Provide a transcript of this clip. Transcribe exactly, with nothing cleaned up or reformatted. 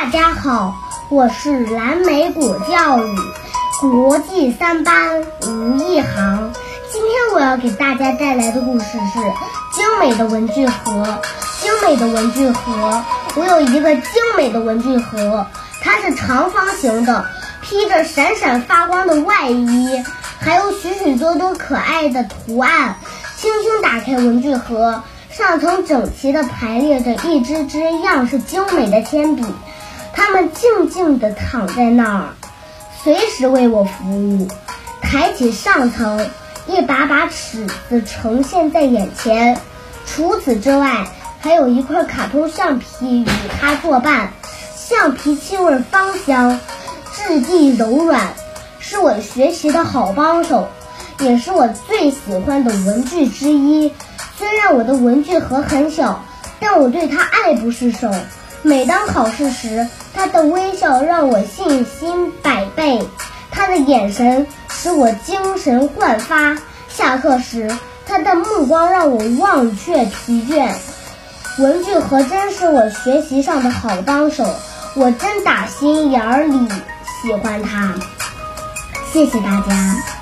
大家好，我是蓝莓果教育国际三班吴一航。今天我要给大家带来的故事是精美的文具盒。精美的文具盒，我有一个精美的文具盒，它是长方形的，披着闪闪发光的外衣，还有许许多多可爱的图案。轻轻打开文具盒，上层整齐地排列着一支支样式精美的铅笔，它们静静地躺在那儿，随时为我服务。抬起上层，一把把尺子呈现在眼前。除此之外，还有一块卡通橡皮与它作伴。橡皮气味芳香，质地柔软，是我学习的好帮手，也是我最喜欢的文具之一。虽然我的文具盒很小，但我对它爱不释手。每当考试时，他的微笑让我信心百倍，他的眼神使我精神焕发。下课时，他的目光让我忘却疲倦。文具盒真是我学习上的好帮手，我真打心眼里喜欢它。谢谢大家。